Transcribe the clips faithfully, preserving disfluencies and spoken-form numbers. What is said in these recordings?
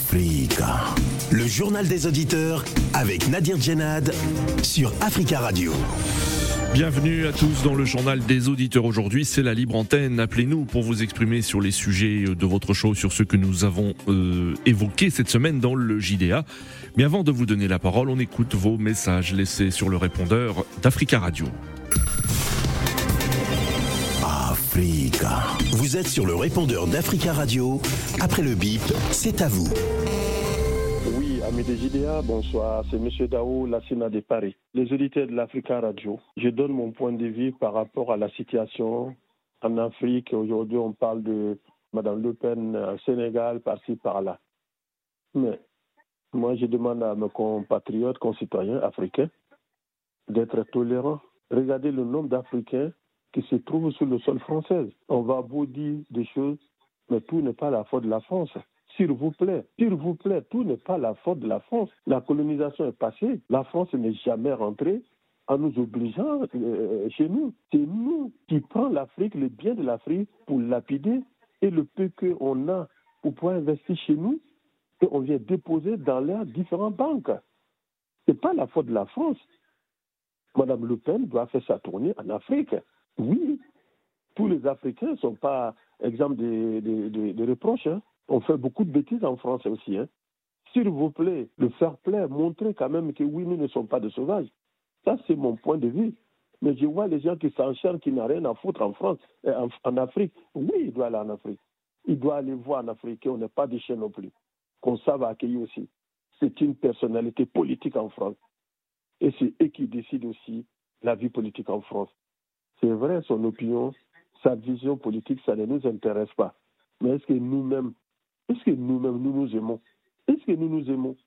Africa. Le journal des auditeurs avec Nadir Djenad sur Africa Radio. Bienvenue à tous dans le journal des auditeurs. Aujourd'hui, c'est la libre antenne. Appelez-nous pour vous exprimer sur les sujets de votre show, sur ceux que nous avons euh, évoqués cette semaine dans le J D A. Mais avant de vous donner la parole, on écoute vos messages laissés sur le répondeur d'Africa Radio. Africa. Vous êtes sur le répondeur d'Africa Radio. Après le bip, c'est à vous. Oui, amis de J D A, bonsoir. C'est M. Daou Lassina de Paris. Les auditeurs de l'Africa Radio, je donne mon point de vue par rapport à la situation en Afrique. Aujourd'hui, on parle de Mme Le Pen au Sénégal, par-ci, par-là. Mais moi, je demande à mes compatriotes, concitoyens africains, d'être tolérants. Regardez le nombre d'Africains qui se trouvent sur le sol français. On va vous dire des choses, mais tout n'est pas la faute de la France. S'il vous plaît, s'il vous plaît, tout n'est pas la faute de la France. La colonisation est passée. La France n'est jamais rentrée en nous obligeant euh, chez nous. C'est nous qui prenons l'Afrique, le bien de l'Afrique, pour lapider, et le peu qu'on a pour pouvoir investir chez nous, qu'on vient déposer dans leurs différentes banques. Ce n'est pas la faute de la France. Mme Le Pen doit faire sa tournée en Afrique. Oui, tous les Africains ne sont pas exempts de, de, de, de reproches. Hein. On fait beaucoup de bêtises en France aussi. Hein. S'il vous plaît, le fair play, montrer quand même que oui, nous ne sommes pas des sauvages. Ça, c'est mon point de vue. Mais je vois les gens qui s'enchaînent, qui n'ont rien à foutre en France, en, en Afrique. Oui, il doit aller en Afrique. Il doit aller voir en Afrique. On n'est pas des chiens non plus. Qu'on sache accueillir aussi. C'est une personnalité politique en France. Et c'est eux qui décident aussi la vie politique en France. C'est vrai, son opinion, sa vision politique, ça ne nous intéresse pas. Mais est-ce que nous-mêmes, est-ce que nous-mêmes, nous nous aimons? Est-ce que nous nous aimons?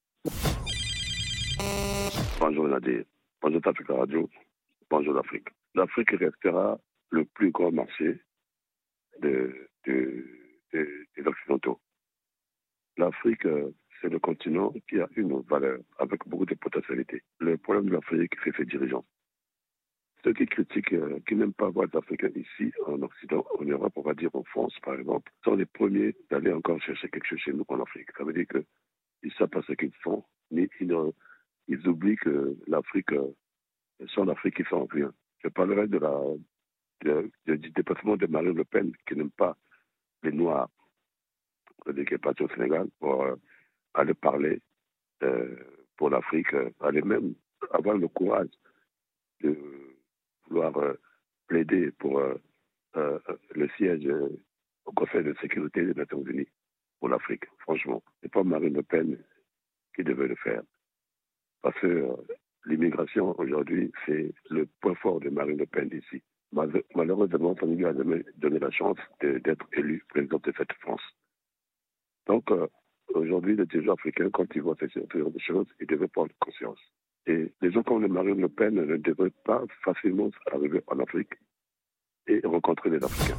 Bonjour Nadir, bonjour Africa Radio, bonjour l'Afrique. L'Afrique restera le plus grand marché de, de, de, des Occidentaux. L'Afrique, c'est le continent qui a une valeur avec beaucoup de potentialités. Le problème de l'Afrique, c'est ses dirigeants. Ceux qui critiquent, euh, qui n'aiment pas voir les Africains ici, en Occident, en Europe, on va dire en France, par exemple, sont les premiers d'aller encore chercher quelque chose chez nous en Afrique. Ça veut dire qu'ils ne savent pas ce qu'ils font, mais ils, euh, ils oublient que l'Afrique, euh, sans l'Afrique, ils sont rien. Je parlerai de la, de, de, du déplacement de Marine Le Pen, qui n'aime pas les Noirs, qui est parti au Sénégal, pour euh, aller parler euh, pour l'Afrique, euh, aller même avoir le courage de vouloir euh, plaider pour euh, euh, le siège euh, au Conseil de sécurité des Nations Unies pour l'Afrique. Franchement, ce n'est pas Marine Le Pen qui devait le faire. Parce que euh, l'immigration, aujourd'hui, c'est le point fort de Marine Le Pen ici. Mal- malheureusement, ça ne lui a jamais donné la chance de, d'être élu président de cette France. Donc, euh, aujourd'hui, les dirigeants africains, quand ils voient ces genre de choses, ils devaient prendre conscience. Et les gens comme Marine Le Pen ne devraient pas facilement arriver en Afrique et rencontrer les Africains.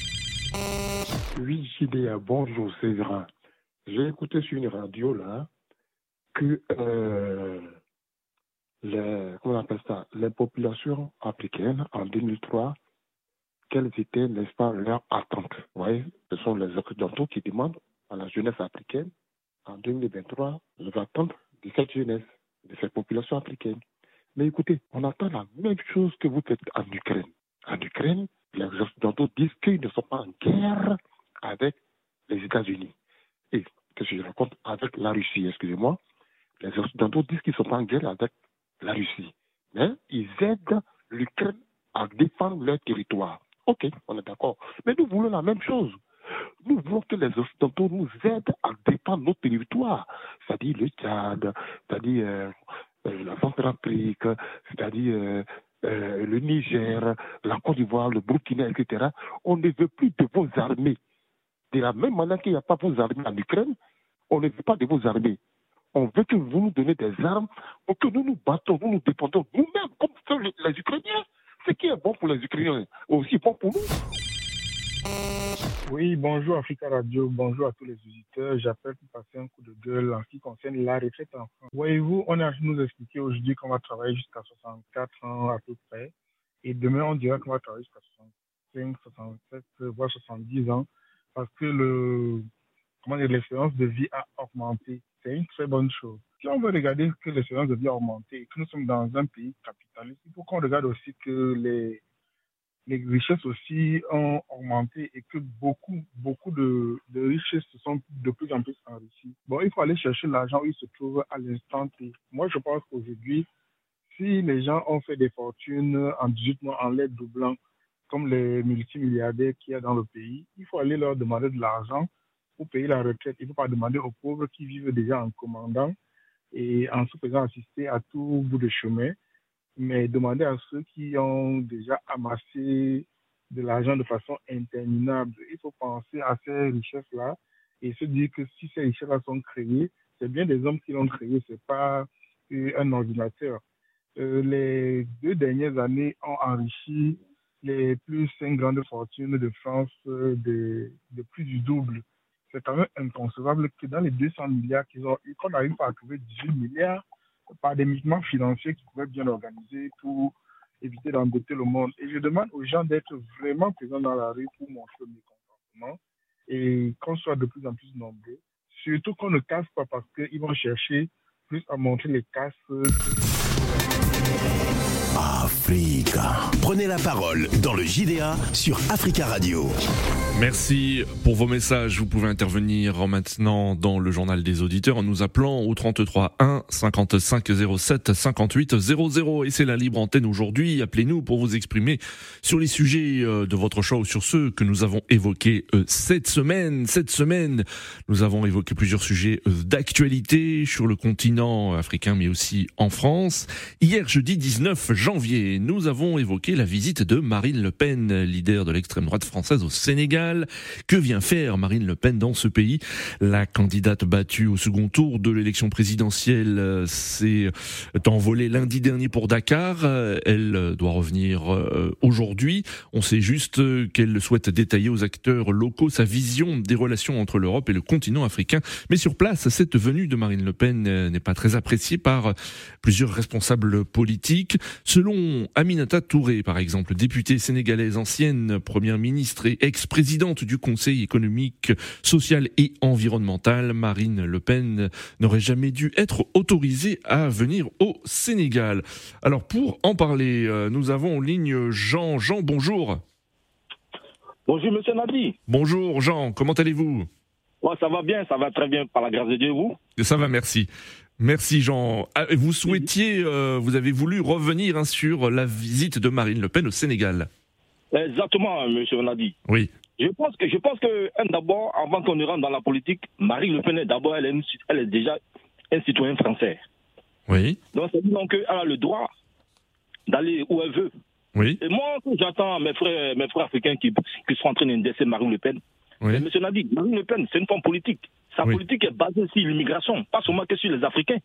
Oui, J D A, bonjour, c'est Zra. J'ai écouté sur une radio, là, que euh, les, comment on appelle ça, les populations africaines, en deux mille trois, quelles étaient, n'est-ce pas, leurs attentes. Vous voyez, ce sont les Occidentaux qui demandent à la jeunesse africaine, en deux mille vingt-trois, les attentes de cette jeunesse, de cette population africaine. Mais écoutez, on attend la même chose que vous faites en Ukraine. En Ukraine, les Occidentaux disent qu'ils ne sont pas en guerre avec les États-Unis. Et qu'est-ce que je raconte? Avec la Russie, excusez-moi. Les Occidentaux disent qu'ils ne sont pas en guerre avec la Russie. Mais ils aident l'Ukraine à défendre leur territoire. Ok, on est d'accord. Mais nous voulons la même chose. Nous voulons que les Occidentaux nous aident à défendre notre territoire. C'est-à-dire le Tchad, c'est-à-dire euh, euh, la Centrafrique, c'est-à-dire euh, euh, le Niger, la Côte d'Ivoire, le Burkina, et cetera. On ne veut plus de vos armées. De la même manière qu'il n'y a pas vos armées en Ukraine, on ne veut pas de vos armées. On veut que vous nous donnez des armes pour que nous nous battons, nous nous défendons nous-mêmes, comme font les, les Ukrainiens. Ce qui est bon pour les Ukrainiens est aussi bon pour nous. Oui, bonjour Africa Radio, bonjour à tous les auditeurs. J'appelle pour passer un coup de gueule en ce qui concerne la retraite en France. Voyez-vous, on a nous expliqué aujourd'hui qu'on va travailler jusqu'à soixante-quatre ans à peu près. Et demain, on dira qu'on va travailler jusqu'à soixante-cinq, soixante-sept, voire soixante-dix ans. Parce que le comment dire, l'espérance de vie a augmenté. C'est une très bonne chose. Si on veut regarder que l'espérance de vie a augmenté et que nous sommes dans un pays capitaliste, il faut qu'on regarde aussi que les, les richesses aussi ont augmenté et que beaucoup, beaucoup de, de richesses se sont de plus en plus enrichies. Bon, il faut aller chercher l'argent où il se trouve à l'instant T. Moi, je pense qu'aujourd'hui, si les gens ont fait des fortunes en dix-huit mois en l'aide doublant, comme les multimilliardaires qu'il y a dans le pays, il faut aller leur demander de l'argent pour payer la retraite. Il ne faut pas demander aux pauvres qui vivent déjà en commandant et en se faisant assister à tout bout de chemin, mais demander à ceux qui ont déjà amassé de l'argent de façon interminable. Il faut penser à ces richesses-là et se dire que si ces richesses-là sont créées, c'est bien des hommes qui l'ont créé, ce n'est pas un ordinateur. Euh, les deux dernières années ont enrichi les plus cinq grandes fortunes de France euh, de, de plus du double. C'est quand même inconcevable que dans les deux cents milliards qu'ils ont eu, qu'on n'arrive pas à trouver dix-huit milliards par des mouvements financiers qui pourraient bien organiser pour éviter d'embêter le monde. Et je demande aux gens d'être vraiment présents dans la rue pour montrer le mécontentement et qu'on soit de plus en plus nombreux. Surtout qu'on ne casse pas parce qu'ils vont chercher plus à montrer les casses. Africa. Prenez la parole dans le J D A sur Africa Radio. Merci pour vos messages. Vous pouvez intervenir maintenant dans le journal des auditeurs en nous appelant au trente-trois un cinquante-cinq zéro sept cinquante-huit zéro zéro. Et c'est la libre antenne aujourd'hui. Appelez-nous pour vous exprimer sur les sujets de votre choix ou sur ceux que nous avons évoqués cette semaine. Cette semaine, nous avons évoqué plusieurs sujets d'actualité sur le continent africain, mais aussi en France. Hier, jeudi dix-neuf janvier, nous avons évoqué la visite de Marine Le Pen, leader de l'extrême droite française au Sénégal. Que vient faire Marine Le Pen dans ce pays? La candidate battue au second tour de l'élection présidentielle s'est envolée lundi dernier pour Dakar. Elle doit revenir aujourd'hui. On sait juste qu'elle souhaite détailler aux acteurs locaux sa vision des relations entre l'Europe et le continent africain. Mais sur place, cette venue de Marine Le Pen n'est pas très appréciée par plusieurs responsables politiques. Selon Aminata Touré, par exemple, députée sénégalaise, ancienne première ministre et ex-présidente du Conseil économique, social et environnemental, Marine Le Pen n'aurait jamais dû être autorisée à venir au Sénégal. Alors pour en parler, nous avons en ligne Jean. Jean, bonjour. Bonjour Monsieur Nadi. Bonjour Jean, comment allez-vous? Ouais, ça va bien, ça va très bien par la grâce de Dieu, vous? Ça va, merci. Merci Jean. Vous souhaitiez, euh, vous avez voulu revenir hein, sur la visite de Marine Le Pen au Sénégal. Exactement, Monsieur Nadi. Oui. Je pense que, je pense que d'abord, avant qu'on ne rentre dans la politique, Marine Le Pen, d'abord, elle est, une, elle est déjà un citoyen français. Oui. Donc, ça dit donc qu'elle a le droit d'aller où elle veut. Oui. Et moi, quand j'entends mes frères, mes frères africains qui, qui sont en train d'indexer Marine Le Pen, oui. Monsieur Nadi, Marine Le Pen, c'est une forme politique. Sa oui. politique est basée sur l'immigration, pas seulement que sur les Africains.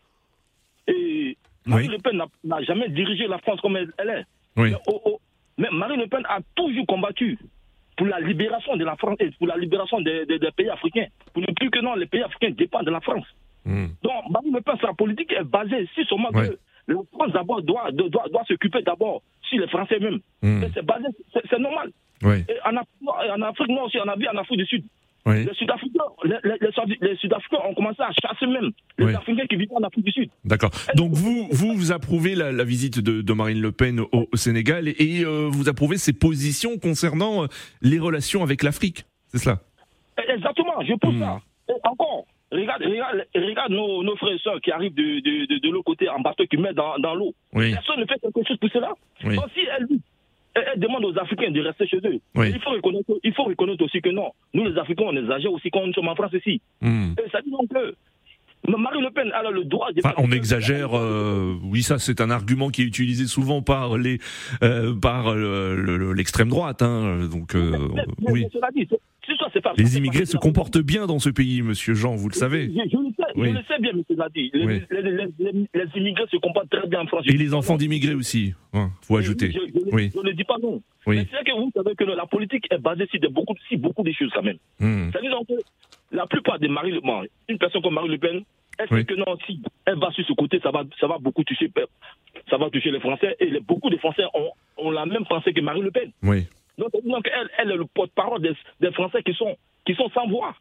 Et Marine oui. Le Pen n'a, n'a jamais dirigé la France comme elle, elle est. Oui. Mais, oh, oh, mais Marine Le Pen a toujours combattu pour la libération de la France et pour la libération des, des, des pays africains. Pour ne plus que non, les pays africains dépendent de la France. Mm. Donc, Marine Le Pen, sa politique est basée si seulement ouais. que la France d'abord doit, doit, doit s'occuper d'abord sur les Français même. Mm. C'est basé, c'est, c'est normal. Ouais. Et en, Afrique, en Afrique, non, aussi, on a vu en Afrique du Sud. Oui. Les Sud-Africains, les, les, les, les Sud-Africains ont commencé à chasser même les oui. Africains qui vivent en Afrique du Sud. D'accord. Donc vous, vous, vous approuvez la, la visite de, de Marine Le Pen au, au Sénégal et, et euh, vous approuvez ses positions concernant les relations avec l'Afrique, c'est cela? Exactement, je pense mmh. ça. Et encore, regarde, regarde, regarde nos, nos frères et sœurs qui arrivent de, de, de, de l'autre côté en bateau, qui mettent dans, dans l'eau. Oui. Personne ne fait quelque chose pour cela. Oui. Donc si elle dit, elle demande aux Africains de rester chez eux. Oui. Il faut reconnaître, il faut reconnaître aussi que non, nous les Africains, on exagère aussi quand nous sommes en France ici. Mm. Et ça dit donc que Marine Le Pen a le droit de... Enfin, on exagère, euh, oui, ça c'est un argument qui est utilisé souvent par les, euh, par euh, le, l'extrême droite. Hein, donc, euh, mais, mais, oui. Mais dit, c'est, c'est ça, c'est pas, les immigrés se comportent bien dans ce pays, monsieur Jean, vous le savez. Je, je, je, le, sais, oui. je le sais bien, monsieur Nadi. Les, oui. les, les, les, les immigrés se comportent très bien en France. Et les enfants d'immigrés aussi, il hein, faut ajouter. Je, je, je, oui. je ne dis pas non. Oui. Mais c'est que vous savez que la politique est basée sur de beaucoup, sur beaucoup de choses quand même. Mm. Ça veut dire que la plupart des Marie Le Pen, une personne comme Marine Le Pen, elle sait oui. que non, si elle va sur ce côté, ça va, ça va beaucoup toucher, ça va toucher les Français. Et les, beaucoup de Français ont, ont la même pensée que Marine Le Pen. Oui. Donc, donc elle, elle est le porte-parole des, des Français qui sont, qui sont sans voix.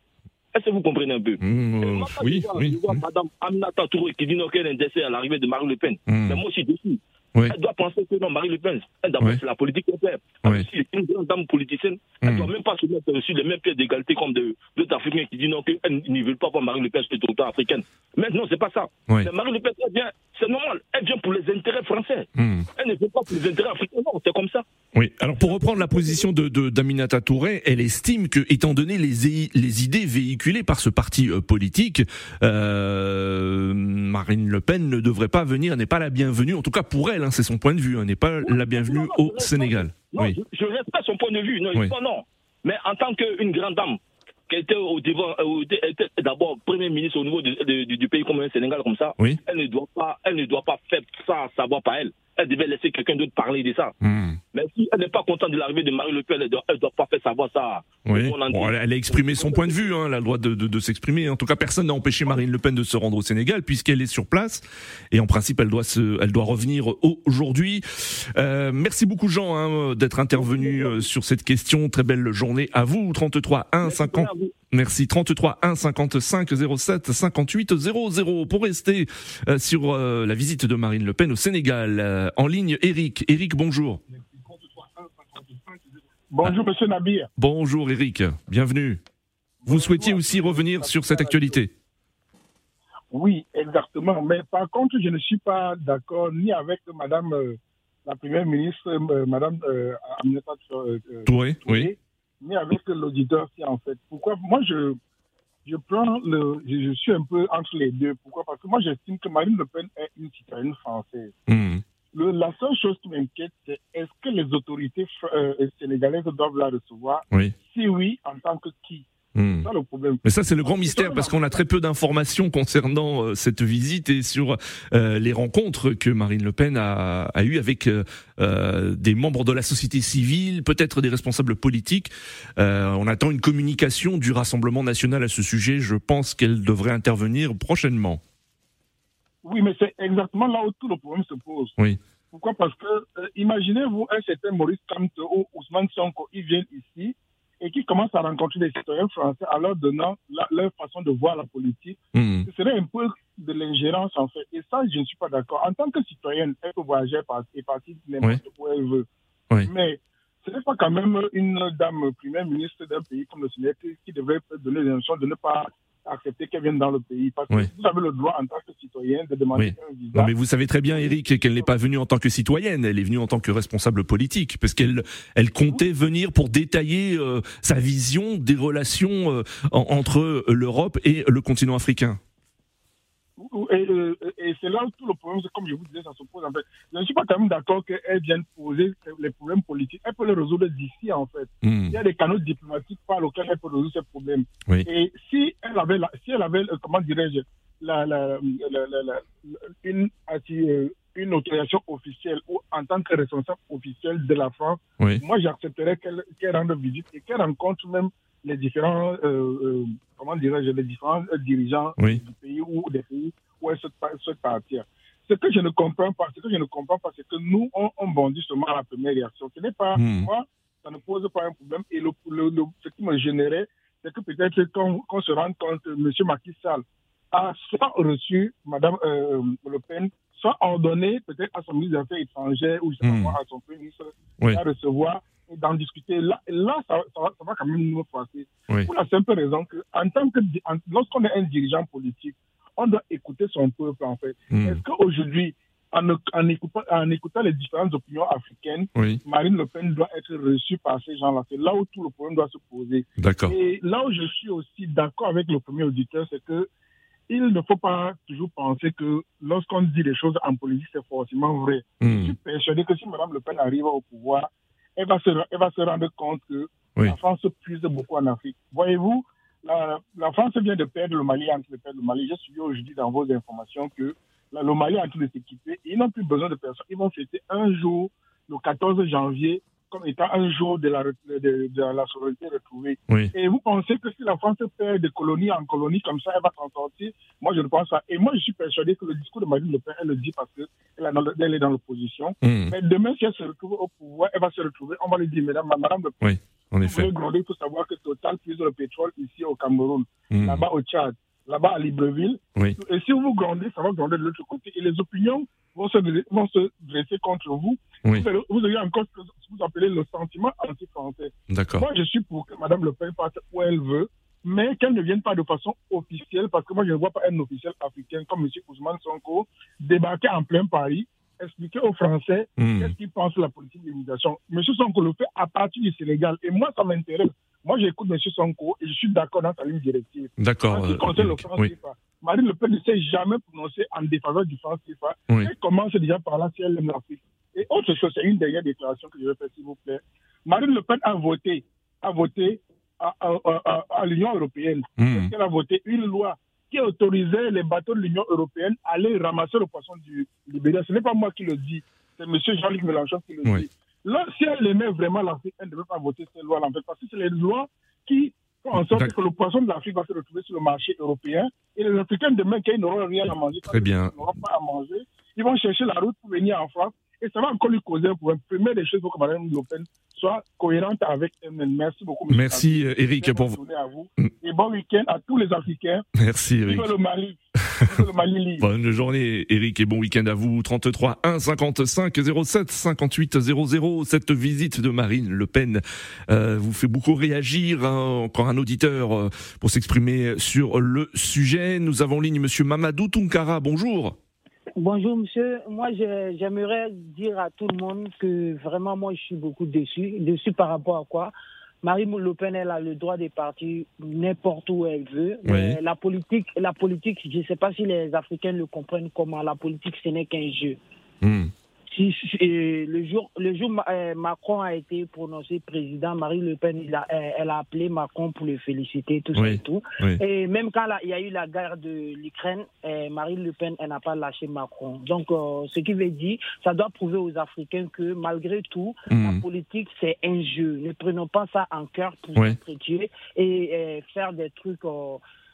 Est-ce que vous comprenez un peu? Mmh, euh, Oui, je vois, oui. Je vois mmh. Madame Aminata Touré qui dit non, qu'elle est un décès à l'arrivée de Marine Le Pen. Mmh. Mais moi aussi, dessus. Oui. Elle doit penser que non, Marine Le Pen, elle, d'abord, Oui. c'est la politique qu'elle fait. Oui. Si une grande dame politicienne, elle ne Mmh. doit même pas se mettre sur les mêmes pieds d'égalité comme de- d'autres Africains qui disent non, qu'ils ne veulent pas voir Marine Le Pen sur le territoire africain. Mais non, c'est pas ça. Oui. Mais Marine Le Pen, elle vient, c'est normal, elle vient pour les intérêts français. Mmh. Elle ne vient pas pour les intérêts africains, non, c'est comme ça. Oui. Alors pour reprendre la position de, de d'Aminata Touré, elle estime que, étant donné les les idées véhiculées par ce parti euh, politique, euh, Marine Le Pen ne devrait pas venir, n'est pas la bienvenue. En tout cas pour elle, hein, c'est son point de vue, hein, n'est pas la bienvenue Non, non, au je- Sénégal. Non, Oui. je, je respecte son point de vue. Non, Oui. je dis pas non. Mais en tant qu'une grande dame, qui était au devant, euh, était d'abord Premier ministre au niveau de, de, du, du pays comme le Sénégal, comme ça, Oui. elle ne doit pas, elle ne doit pas faire ça savoir par elle. Elle devait laisser quelqu'un d'autre parler de ça. Mmh. Mais si elle n'est pas contente de l'arrivée de Marine Le Pen, elle ne doit, elle doit pas faire savoir ça. Oui. au monde Bon, entier. elle, elle a exprimé son point de vue, hein, elle a le droit de, de, de s'exprimer. En tout cas, personne n'a empêché Marine Le Pen de se rendre au Sénégal puisqu'elle est sur place. Et en principe, elle doit se, elle doit revenir aujourd'hui. Euh, merci beaucoup Jean hein, d'être intervenu euh, sur cette question. Très belle journée à vous. trente-trois un cinquante. Merci. trente-trois un cinquante-cinq zéro sept cinquante-huit zéro zéro pour rester euh, sur euh, la visite de Marine Le Pen au Sénégal. Euh, en ligne, Eric. Eric, bonjour. Bonjour, monsieur Nabir. Bonjour Eric, bienvenue. Vous souhaitiez aussi revenir sur cette actualité? Oui, exactement. Mais par contre, je ne suis pas d'accord ni avec madame euh, la première ministre, euh, madame euh, Aminata euh, Touré, Touré, oui. ni avec l'auditeur qui en fait. Pourquoi? Moi, je, je prends le, je, je suis un peu entre les deux. Pourquoi? Parce que moi, j'estime que Marine Le Pen est une citoyenne française. Mmh. Le, la seule chose qui m'inquiète, c'est est-ce que les autorités euh, sénégalaises doivent la recevoir? Oui. Si oui, en tant que qui? Mmh. C'est ça le problème. Mais ça, c'est le grand mystère parce qu'on a très peu d'informations concernant euh, cette visite et sur euh, les rencontres que Marine Le Pen a, a eues avec euh, euh, des membres de la société civile, peut-être des responsables politiques. Euh, on attend une communication du Rassemblement national à ce sujet. Je pense qu'elle devrait intervenir prochainement. Oui, mais c'est exactement là où tout le problème se pose. Oui. Pourquoi? Parce que, euh, imaginez-vous un certain Maurice Kamto ou Ousmane Sonko, ils viennent ici et qui commencent à rencontrer des citoyens français en leur donnant la, leur façon de voir la politique. Mmh. Ce serait un peu de l'ingérence, en fait. Et ça, je ne suis pas d'accord. En tant que citoyenne, elle peut voyager et partir n'importe Oui. où elle veut. Oui. Mais ce n'est pas quand même une dame première ministre d'un pays comme le Sénégal qui, qui devrait donner l'injonction de ne pas accepter qu'elle vienne dans le pays. Parce que Oui. vous avez le droit, en tant que citoyen, de demander Oui. un visa. Non, mais vous savez très bien, Eric, qu'elle n'est pas venue en tant que citoyenne, elle est venue en tant que responsable politique, parce qu'elle elle comptait venir pour détailler euh, sa vision des relations euh, en, entre l'Europe et le continent africain. Et, et, et c'est là où tout le problème, c'est comme je vous disais, ça se pose en fait. Je ne suis pas quand même d'accord qu'elle vienne poser les problèmes politiques. Elle peut les résoudre d'ici en fait. Mmh. Il y a des canaux diplomatiques par lesquels elle peut résoudre ces problèmes. Oui. Et si elle avait, la, si elle avait euh, comment dirais-je, la, la, la, la, la, une, une autorisation officielle ou en tant que responsable officiel de la France, Oui. moi j'accepterais qu'elle qu'elle rende visite et qu'elle rencontre même les différents, euh, euh, comment dirais-je, les différents dirigeants Oui. du pays ou des pays où elle souhaite, souhaite partir. Ce que je ne comprends pas, ce que je ne comprends pas, c'est que nous, on, on bondit seulement à la première réaction. Ce n'est pas, mmh. moi, ça ne pose pas un problème. Et le, le, le, ce qui me gênerait, c'est que peut-être qu'on, qu'on se rende compte que M. Macky Sall a soit reçu Mme euh, Le Pen, soit ordonné peut-être à son ministre des Affaires étrangères ou je sais pas mmh. moi, à son premier ministre Oui. à recevoir et d'en discuter. Là, là ça, ça, va, ça va quand même nous passer. Oui. Pour la simple raison que, en tant que, en, lorsqu'on est un dirigeant politique, on doit écouter son peuple en fait. Mmh. Est-ce qu'aujourd'hui, en, en, écoutant, en écoutant les différentes opinions africaines, oui. Marine Le Pen doit être reçue par ces gens-là? C'est là où tout le problème doit se poser. D'accord. Et là où je suis aussi d'accord avec le premier auditeur, c'est que il ne faut pas toujours penser que lorsqu'on dit des choses en politique, c'est forcément vrai. Mmh. Je suis persuadé que si Mme Le Pen arrive au pouvoir, elle va se, elle va se rendre compte que oui. la France puise beaucoup en Afrique. Voyez-vous, la, la France vient de perdre le Mali entre le perdre le Mali. J'ai suivi aujourd'hui dans vos informations que la, le Mali est en train de s'équiper. Ils n'ont plus besoin de personne. Ils vont fêter un jour, le quatorze janvier, comme étant un jour de la, de, de, de la souveraineté retrouvée. Oui. Et vous pensez que si la France perd de colonie en colonie comme ça, elle va s'en sortir? Moi, je ne pense pas. Et moi, je suis persuadé que le discours de Marine Le Pen, elle le dit parce qu'elle elle est dans l'opposition. Mmh. Mais demain, si elle se retrouve au pouvoir, elle va se retrouver. On va lui dire, mesdames, madame Le Pen, oui, en effet. vous voulez gronder pour savoir que Total puise le pétrole ici au Cameroun. mmh. là-bas au Tchad, là-bas à Libreville. Oui. Et si vous grondez, ça va gronder de l'autre côté. Et les opinions vont se, vont se dresser contre vous. Oui. Vous, avez, vous avez encore ce que vous appelez le sentiment anti-français. D'accord. Moi, je suis pour que Mme Le Pen parte où elle veut, mais qu'elle ne vienne pas de façon officielle, parce que moi, je ne vois pas un officiel africain comme M. Ousmane Sonko débarquer en plein Paris, expliquer aux Français mmh. qu'est-ce qu'ils pensent de la politique d'immigration. M. Sonko le fait à partir du Sénégal. Et moi, ça m'intéresse. Moi, j'écoute M. Sonko et je suis d'accord dans sa ligne directive. D'accord. En ce qui concerne le franc C F A, Marine Le Pen ne s'est jamais prononcée en défaveur du franc C F A. Oui. Elle commence déjà par là si elle aime l'Afrique. Et autre chose, c'est une dernière déclaration que je vais faire, s'il vous plaît. Marine Le Pen a voté, a voté à, à, à, à l'Union européenne. Mmh. Elle a voté une loi qui autorisait les bateaux de l'Union européenne à aller ramasser le poisson du Libéria. Ce n'est pas moi qui le dis, c'est M. Jean-Luc Mélenchon qui le oui. dit. Là, si elle aimait vraiment l'Afrique, elle ne devait pas voter ces lois-là, en fait, parce que c'est les lois qui font en sorte que le poisson de l'Afrique va se retrouver sur le marché européen. Et les Africains, demain, quand ils n'auront rien à manger, Très bien. ils n'auront pas à manger, ils vont chercher la route pour venir en France. Et ça va encore lui causer un problème. Première des choses pour que Mme Le Pen soit cohérente avec elle-même. Merci beaucoup. M. Merci, Eric. Pour vous. À vous. Et bon week-end à tous les Africains. Merci, Eric. Vive le Mali. Vive le Mali libre. Bonne journée, Eric, et bon week-end à vous. trente-trois un cinquante-cinq zéro sept cinquante-huit zéro zéro. Cette visite de Marine Le Pen euh, vous fait beaucoup réagir. Hein. Encore un auditeur euh, pour s'exprimer sur le sujet. Nous avons en ligne M. Mamadou Tunkara. Bonjour. Bonjour monsieur, moi je, j'aimerais dire à tout le monde que vraiment moi je suis beaucoup déçu. Déçu par rapport à quoi? Marine Le Pen, elle a le droit de partir n'importe où elle veut. Oui. Mais la politique, la politique, je ne sais pas si les Africains le comprennent comment. La politique, ce n'est qu'un jeu. Mmh. Si, si, le jour, le jour euh, Macron a été prononcé président, Marine Le Pen, il a, euh, elle a appelé Macron pour le féliciter, tout oui. ça et tout. Oui. Et même quand il y a eu la guerre de l'Ukraine, euh, Marine Le Pen, elle n'a pas lâché Macron. Donc, euh, ce qui veut dire, ça doit prouver aux Africains que malgré tout, mmh. la politique, c'est un jeu. Ne prenons pas ça en cœur pour oui. s'entretuer et euh, faire des trucs... Euh,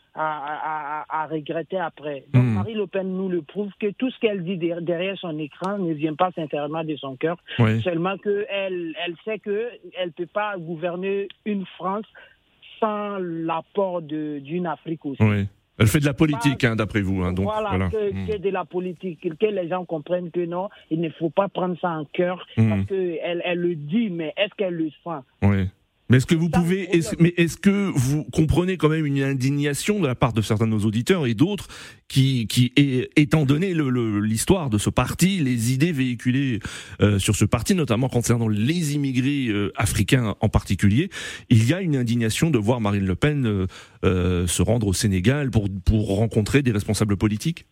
À, à, à regretter après. Donc mmh. Marine Le Pen nous le prouve que tout ce qu'elle dit derrière son écran ne vient pas sincèrement de son cœur, oui. seulement qu'elle elle sait qu'elle ne peut pas gouverner une France sans l'apport de, d'une Afrique aussi. Oui. Elle fait de la politique, hein, d'après vous. Hein, donc, voilà, voilà. Que, mmh. que de la politique, que les gens comprennent que non, il ne faut pas prendre ça en cœur, mmh. parce qu'elle elle le dit, mais est-ce qu'elle le sent? Oui. Mais est-ce que vous pouvez, est-ce, mais est-ce que vous comprenez quand même une indignation de la part de certains de nos auditeurs et d'autres qui, qui est, étant donné le, le, l'histoire de ce parti, les idées véhiculées euh, sur ce parti, notamment concernant les immigrés euh, africains en particulier, il y a une indignation de voir Marine Le Pen euh, euh, se rendre au Sénégal pour, pour rencontrer des responsables politiques?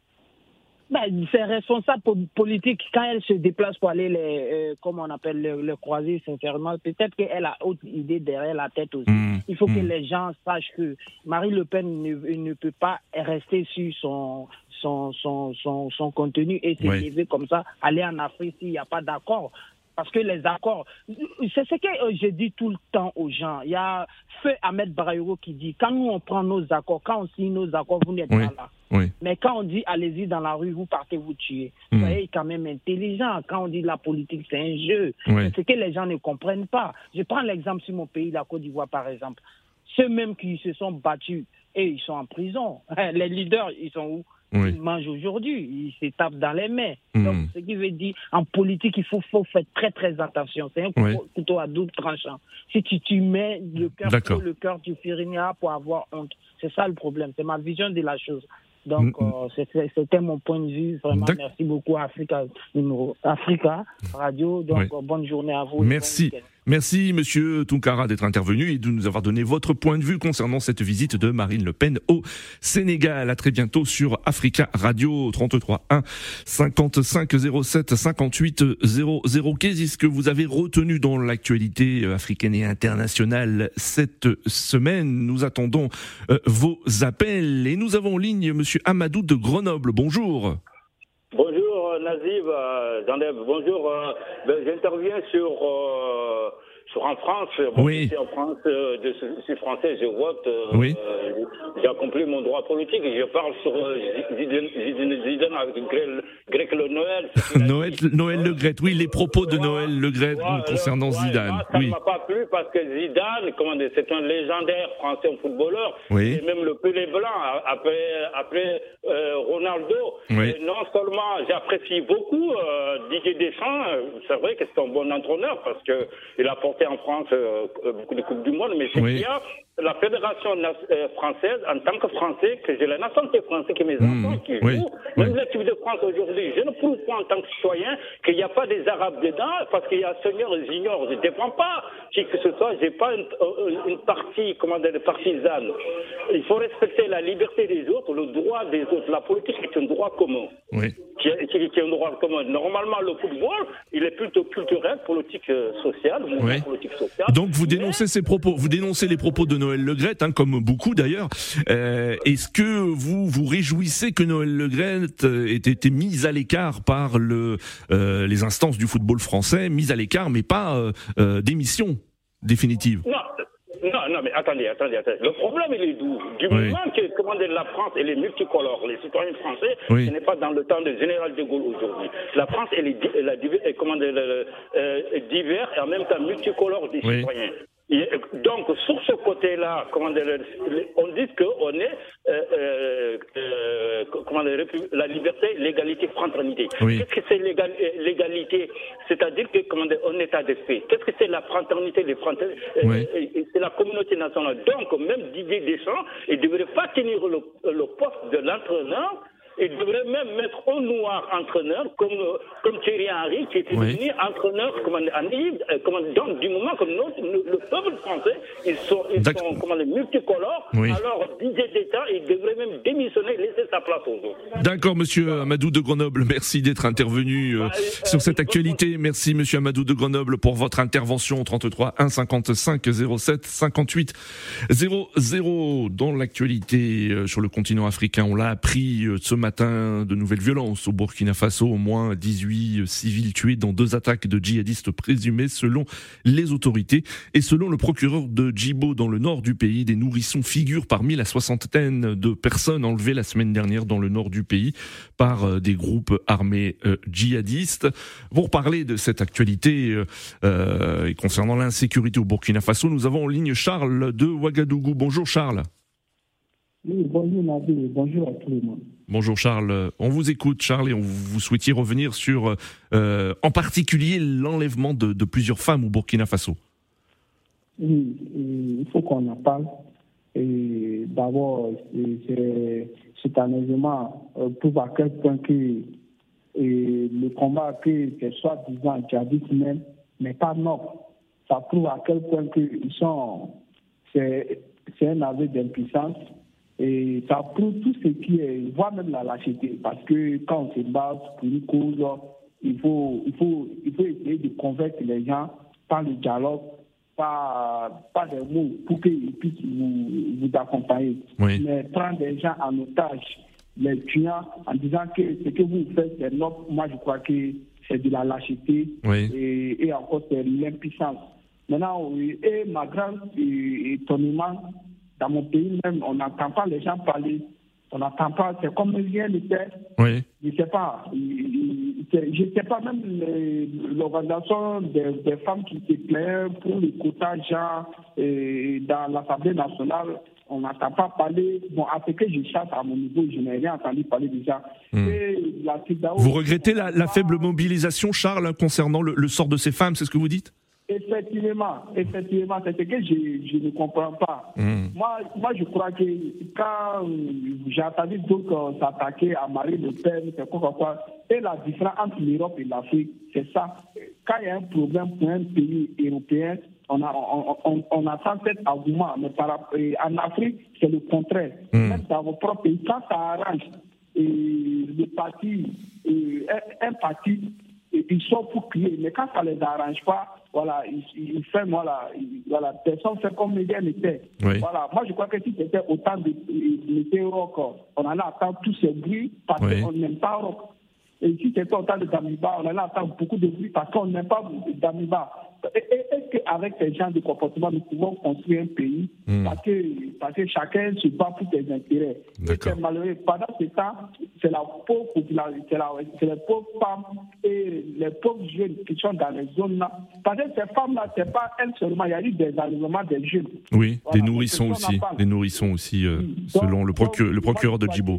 Ben, c'est responsable politique quand elle se déplace pour aller les, euh, comme on appelle le, le croiser sincèrement. Peut-être qu'elle a autre idée derrière la tête aussi. Mmh. Il faut mmh. que les gens sachent que Marine Le Pen ne, ne peut pas rester sur son son son son, son contenu et s'élever oui. comme ça, aller en Afrique s'il n'y a pas d'accord. Parce que les accords, c'est ce que je dis tout le temps aux gens. Il y a Feu Ahmed Baraïro qui dit, quand nous on prend nos accords, quand on signe nos accords, vous n'êtes oui. pas là. Oui. Mais quand on dit allez-y dans la rue, vous partez vous tuer. Mmh. Soyez quand même intelligent. Quand on dit la politique c'est un jeu, oui. c'est ce que les gens ne comprennent pas. Je prends l'exemple sur mon pays, la Côte d'Ivoire par exemple. Ceux mêmes qui se sont battus et ils sont en prison. Les leaders, ils sont où? Oui. Ils mangent aujourd'hui, ils se tapent dans les mains. Mmh. Donc, ce qui veut dire, en politique, il faut, faut faire très très attention. C'est un couteau, oui. couteau à double tranchant. Si tu, tu mets le cœur sur le cœur, tu finiras pour avoir honte. C'est ça le problème. C'est ma vision de la chose. Donc, mmh. euh, c'était, c'était mon point de vue. Vraiment, D'accord. Merci beaucoup à Africa, numéro, Africa Radio. Donc, oui. euh, bonne journée à vous. Merci. Bon Merci, Monsieur Tunkara, d'être intervenu et de nous avoir donné votre point de vue concernant cette visite de Marine Le Pen au Sénégal. À très bientôt sur Africa Radio, trente-trois un cinquante-cinq zéro sept cinquante-huit zéro zéro. Qu'est-ce que vous avez retenu dans l'actualité africaine et internationale cette semaine? Nous attendons euh, vos appels et nous avons en ligne Monsieur Amadou de Grenoble. Bonjour. Bonjour Nazib, euh, Zaneb, bonjour. Euh, ben, j'interviens sur, euh, sur en France. Bon, oui. Je suis en France, euh, je suis français, je vote. Euh, oui. Euh, j'ai accompagné plus mon droit politique. Je parle sur euh, Zidane, Zidane avec Greg Le Noël. Noël, Noël Le Graët, oui, les propos de Noël Le Graët ouais, concernant ouais, Zidane. Moi, ça oui. ne m'a pas plu parce que Zidane, comment dire, c'est un légendaire français footballeur. Oui. Et même le pelé blanc, après, après euh, Ronaldo. Oui. Non seulement j'apprécie beaucoup euh, Didier Deschamps, c'est vrai que c'est un bon entraîneur parce qu'il a porté en France euh, beaucoup de Coupes du Monde, mais c'est oui. qu'il y a la Fédération française, en tant que Français, que j'ai la nationalité française, que mes mmh. enfants qui oui. jouent, oui. même l'équipe de France aujourd'hui, je ne prouve pas en tant que citoyen qu'il n'y a pas des Arabes dedans, parce qu'il y a seniors et juniors, je ne dépends pas qui que ce soit, je n'ai pas une, une partie, comment dire, partisane. Il faut respecter la liberté des autres, le droit des autres. La politique est un droit commun. Oui. Qui est, qui, qui est un droit commun. Normalement, le football, il est plutôt culturel, politique euh, sociale, oui. politique sociale. Donc vous dénoncez mais... ces propos, vous dénoncez les propos de Noël Le Graët, hein, comme beaucoup d'ailleurs. Euh, est-ce que vous vous réjouissez que Noël Le Graët ait été mis à l'écart par le, euh, les instances du football français, mis à l'écart, mais pas euh, euh, démission définitive? Non. Non, non, mais attendez, attendez, attendez. Le problème, il est d'où? Du oui. moment que comment dire, la France, elle est multicolore, les citoyens français, oui. ce n'est pas dans le temps de Général de Gaulle aujourd'hui. La France, elle est, elle est comment dire, euh, divers et en même temps multicolore des oui. citoyens. Et donc, sur ce côté-là, comment dire, on dit qu'on est euh, euh, euh, comment dire, la liberté, l'égalité, fraternité. Oui. Qu'est-ce que c'est l'égal, l'égalité? C'est-à-dire que comment dire, un état de fait. Qu'est-ce que c'est la fraternité, les fraternité oui. euh, C'est la communauté nationale. Donc, même Didier Deschamps, il ne devrait pas tenir le, le poste de l'entraîneur. Il devrait même mettre au noir entraîneur comme, comme Thierry Henry qui était oui. devenu entraîneur comme en Égypte. Donc du moment que notre, le peuple français, ils sont, ils sont comment, multicolores, oui. alors Didier Deschamps, il devrait même démissionner, laisser sa place aux autres. D'accord, monsieur Amadou de Grenoble, merci d'être intervenu euh, bah, euh, sur cette actualité. Merci monsieur Amadou de Grenoble pour votre intervention. Trente-trois un cinquante-cinq zéro sept cinquante-huit zéro zéro. Dans l'actualité euh, sur le continent africain, on l'a appris euh, ce matin, de nouvelles violences au Burkina Faso, au moins dix-huit civils tués dans deux attaques de djihadistes présumés selon les autorités. Et selon le procureur de Djibo dans le nord du pays, des nourrissons figurent parmi la soixantaine de personnes enlevées la semaine dernière dans le nord du pays par des groupes armés euh, djihadistes. Pour parler de cette actualité euh, et concernant l'insécurité au Burkina Faso, nous avons en ligne Charles de Ouagadougou. Bonjour Charles. Oui, bonjour Nabil, bonjour à tout le monde. Bonjour Charles, on vous écoute Charles et on vous souhaitiez revenir sur euh, en particulier l'enlèvement de, de plusieurs femmes au Burkina Faso. Oui, il faut qu'on en parle. Et d'abord, c'est, c'est un événement pour à quel point que et le combat que c'est soi-disant djihadistes même n'est pas noble. Ça prouve à quel point que ils sont, c'est, c'est un aveu d'impuissance. Et ça prouve tout ce qui est, voire même la lâcheté, parce que quand on se bat pour une cause, il faut, il faut, il faut essayer de convaincre les gens par le dialogue, par, par des mots, pour qu'ils puissent vous, vous accompagner. Oui. Mais prendre des gens en otage, les tuant en disant que ce que vous faites, c'est noble, moi je crois que c'est de la lâcheté oui. et, et encore c'est l'impuissance. Maintenant, et ma grande étonnement, dans mon pays même, on n'entend pas les gens parler. On n'entend pas, c'est comme rien n'était. Oui. Je ne sais pas. Je ne sais pas, même les, l'organisation des, des femmes qui se plaignent pour le quota genre et dans l'Assemblée nationale, on n'entend pas parler. Bon, après que je chasse à mon niveau, je n'ai rien entendu parler déjà. Mmh. Et la Tidao, vous regrettez la, la faible mobilisation, Charles, concernant le, le sort de ces femmes, c'est ce que vous dites ? Effectivement, effectivement, c'est ce que je, je ne comprends pas. Mmh. Moi, moi, je crois que quand j'ai entendu d'autres s'attaquer à Marine Le Pen, c'est quoi, quoi, et la différence entre l'Europe et l'Afrique, c'est ça. Quand il y a un problème pour un pays européen, on, a, on, on, on attend cet argument, mais par, en Afrique, c'est le contraire. Mmh. Même dans vos propres pays, quand ça arrange, et le parti, et un, un parti, et ils sont pour crier, mais quand ça ne les arrange pas, voilà, ils, ils font, voilà, ils, voilà, personne fait comme les gars l'étaient. Oui. Voilà, moi je crois que si c'était autant de l'été rock, on allait attendre tous ces bruits parce oui. qu'on n'aime pas rock. Et si c'était autant de Damiba, on allait attendre beaucoup de bruit parce qu'on n'aime pas Damiba. est-ce qu'avec ces genres de comportements, nous pouvons construire un pays mmh. parce, que, parce que chacun se bat pour ses intérêts. C'est malheureux. Pendant ce temps, c'est la pauvre population, c'est, la, c'est les pauvres femmes et les pauvres jeunes qui sont dans les zones-là. Parce que ces femmes-là, c'est pas elles seulement, il y a eu des enlèvements des jeunes. Oui, voilà, des nourrissons aussi, des nourrissons aussi, euh, donc, selon le, procure, donc, le procureur de Djibo.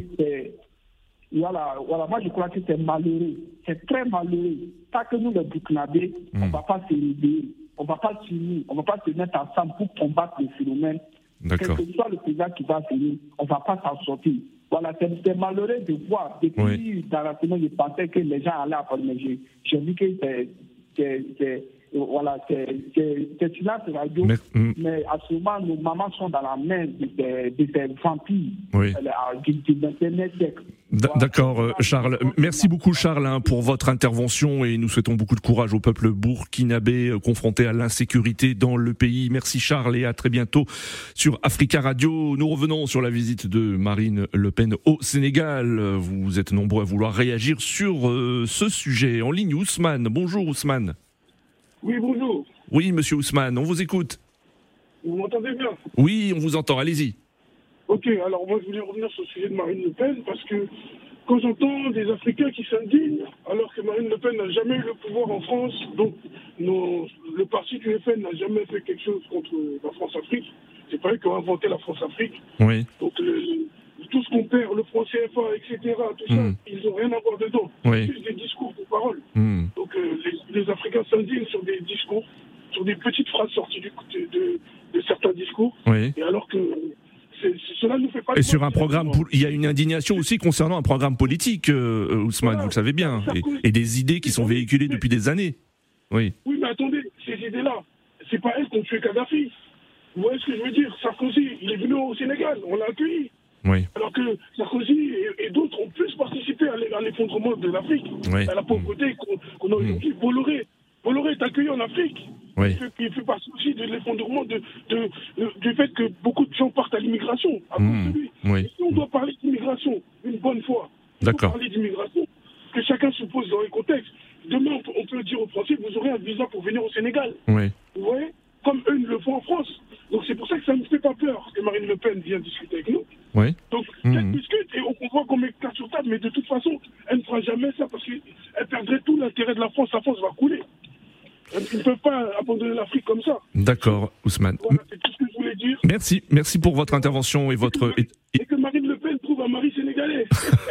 Voilà, voilà, moi je crois que c'est malheureux, c'est très malheureux. Pas que nous les Burkinabés, mmh. on ne va pas se réveiller, on ne va pas s'unir, on ne va pas se mettre ensemble pour combattre le phénomène. D'accord. Quel que soit le président qui va venir, on ne va pas s'en sortir. Voilà, c'est, c'est malheureux de voir. Depuis oui. dans la semaine, je pensais que les gens allaient apprendre, mais j'ai, j'ai vu que c'est, c'est, c'est voilà, c'est, c'est, c'est silence radio, mais, mm. mais à ce moment, nos mamans sont dans la main de, de, de ces vampires oui. du vingtième siècle. D'accord, euh, Charles. Merci beaucoup, Charles, hein, pour votre intervention et nous souhaitons beaucoup de courage au peuple burkinabé euh, confronté à l'insécurité dans le pays. Merci, Charles, et à très bientôt sur Africa Radio. Nous revenons sur la visite de Marine Le Pen au Sénégal. Vous êtes nombreux à vouloir réagir sur euh, ce sujet. En ligne, Ousmane. Bonjour, Ousmane. Oui, bonjour. Oui, monsieur Ousmane, on vous écoute. Vous m'entendez bien ? Oui, on vous entend, allez-y. Ok, alors moi je voulais revenir sur le sujet de Marine Le Pen parce que quand j'entends des Africains qui s'indignent alors que Marine Le Pen n'a jamais eu le pouvoir en France, donc nos, le parti du F N n'a jamais fait quelque chose contre la France-Afrique, c'est pas eux qui ont inventé la France-Afrique. Oui. Donc le, tout ce qu'on perd, le franc C F A, et cetera, tout ça, mm. ils n'ont rien à voir dedans. Oui. C'est juste des discours de parole. Mm. Donc euh, les, les Africains s'indignent sur des discours, sur des petites phrases sorties du, de, de, de certains discours, oui. et alors que c'est, cela nous fait pas. Et sur un programme, il y a une indignation aussi concernant un programme politique, euh, Ousmane, voilà, vous le savez bien, et, et des idées qui sont véhiculées depuis des années. Oui. Oui, mais attendez, ces idées-là, c'est pas elles qui ont tué Kadhafi. Vous voyez ce que je veux dire ? Sarkozy, il est venu au Sénégal, on l'a accueilli. Oui. Alors que Sarkozy et, et d'autres ont plus participé à l'effondrement de l'Afrique, oui. à la pauvreté qu'on, qu'on a aujourd'hui. Mmh. Bolloré, Bolloré est accueilli en Afrique. Oui. Il, fait, il fait partie aussi de l'effondrement de, de, de, du fait que beaucoup de gens partent à l'immigration à cause mmh. de lui. Oui. Et si on doit parler d'immigration une bonne fois, il D'accord. faut parler d'immigration, que chacun se pose dans les contextes. Demain, on peut, on peut dire aux Français, vous aurez un visa pour venir au Sénégal. Oui. Vous voyez ? Comme eux ne le font en France. Donc c'est pour ça que ça ne me fait pas peur que Marine Le Pen vienne discuter avec nous. Oui. Donc mmh. elle discute et on voit qu'on met carte sur table, mais de toute façon, elle ne fera jamais ça parce qu'elle perdrait tout l'intérêt de la France. La France va couler. Ils ne peuvent pas abandonner l'Afrique comme ça. D'accord, Ousmane. Voilà, c'est tout ce que je voulais dire. Merci, merci pour votre intervention et, et votre... Que Marine, et que Marine Le Pen trouve un mari sénégalais.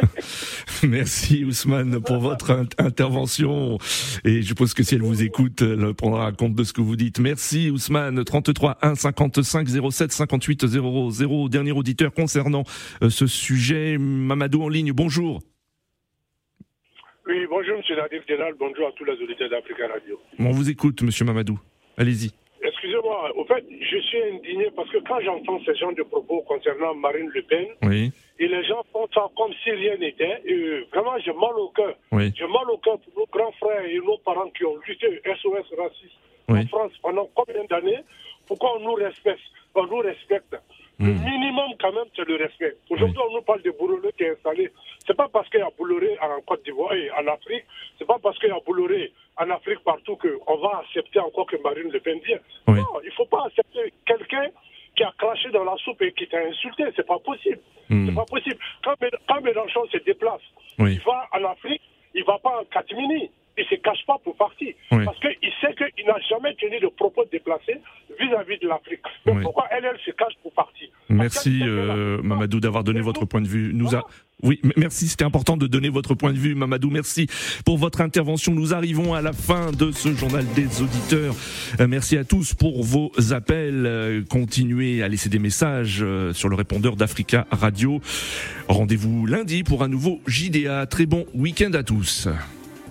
Merci Ousmane pour votre in- intervention et je pense que si elle vous écoute, elle prendra compte de ce que vous dites. Merci Ousmane. Trente-trois un cinquante-cinq zéro sept cinquante-huit zéro zéro. Dernier auditeur concernant euh, ce sujet. Mamadou en ligne, bonjour. Oui, bonjour M. Nadir Djelal, bonjour à tous les auditeurs d'Africa Radio. On vous écoute M. Mamadou, allez-y. Excusez-moi, au fait, je suis indigné parce que quand j'entends ce genre de propos concernant Marine Le Pen, oui. et les gens font ça comme si rien n'était, et vraiment j'ai mal au cœur. Oui. J'ai mal au cœur pour nos grands frères et nos parents qui ont lutté S O S raciste oui. en France pendant combien d'années. Pourquoi on nous respecte On nous respecte. Le mmh. minimum, quand même, c'est le respect. Aujourd'hui, oui. on nous parle de Bolloré qui est installé. C'est pas parce qu'il y a Bolloré en Côte d'Ivoire et en Afrique, c'est pas parce qu'il y a Bolloré en Afrique partout qu'on va accepter encore que Marine Le Pen vienne. Oui. Non, il faut pas accepter quelqu'un qui a craché dans la soupe et qui t'a insulté. C'est pas possible. Mmh. C'est pas possible. Quand, quand Mélenchon se déplace, oui. il va en Afrique, il va pas en Catimini. Il ne se cache pas pour partir. Oui. Parce qu'il sait qu'il n'a jamais tenu de propos déplacés vis-à-vis de l'Afrique. Donc oui. pourquoi elle, elle se cache pour partir? Merci euh, Mamadou d'avoir donné votre point de vue. Nous a... Oui, merci, c'était important de donner votre point de vue, Mamadou. Merci pour votre intervention. Nous arrivons à la fin de ce journal des auditeurs. Euh, merci à tous pour vos appels. Euh, continuez à laisser des messages euh, sur le répondeur d'Africa Radio. Rendez-vous lundi pour un nouveau J D A. Très bon week-end à tous.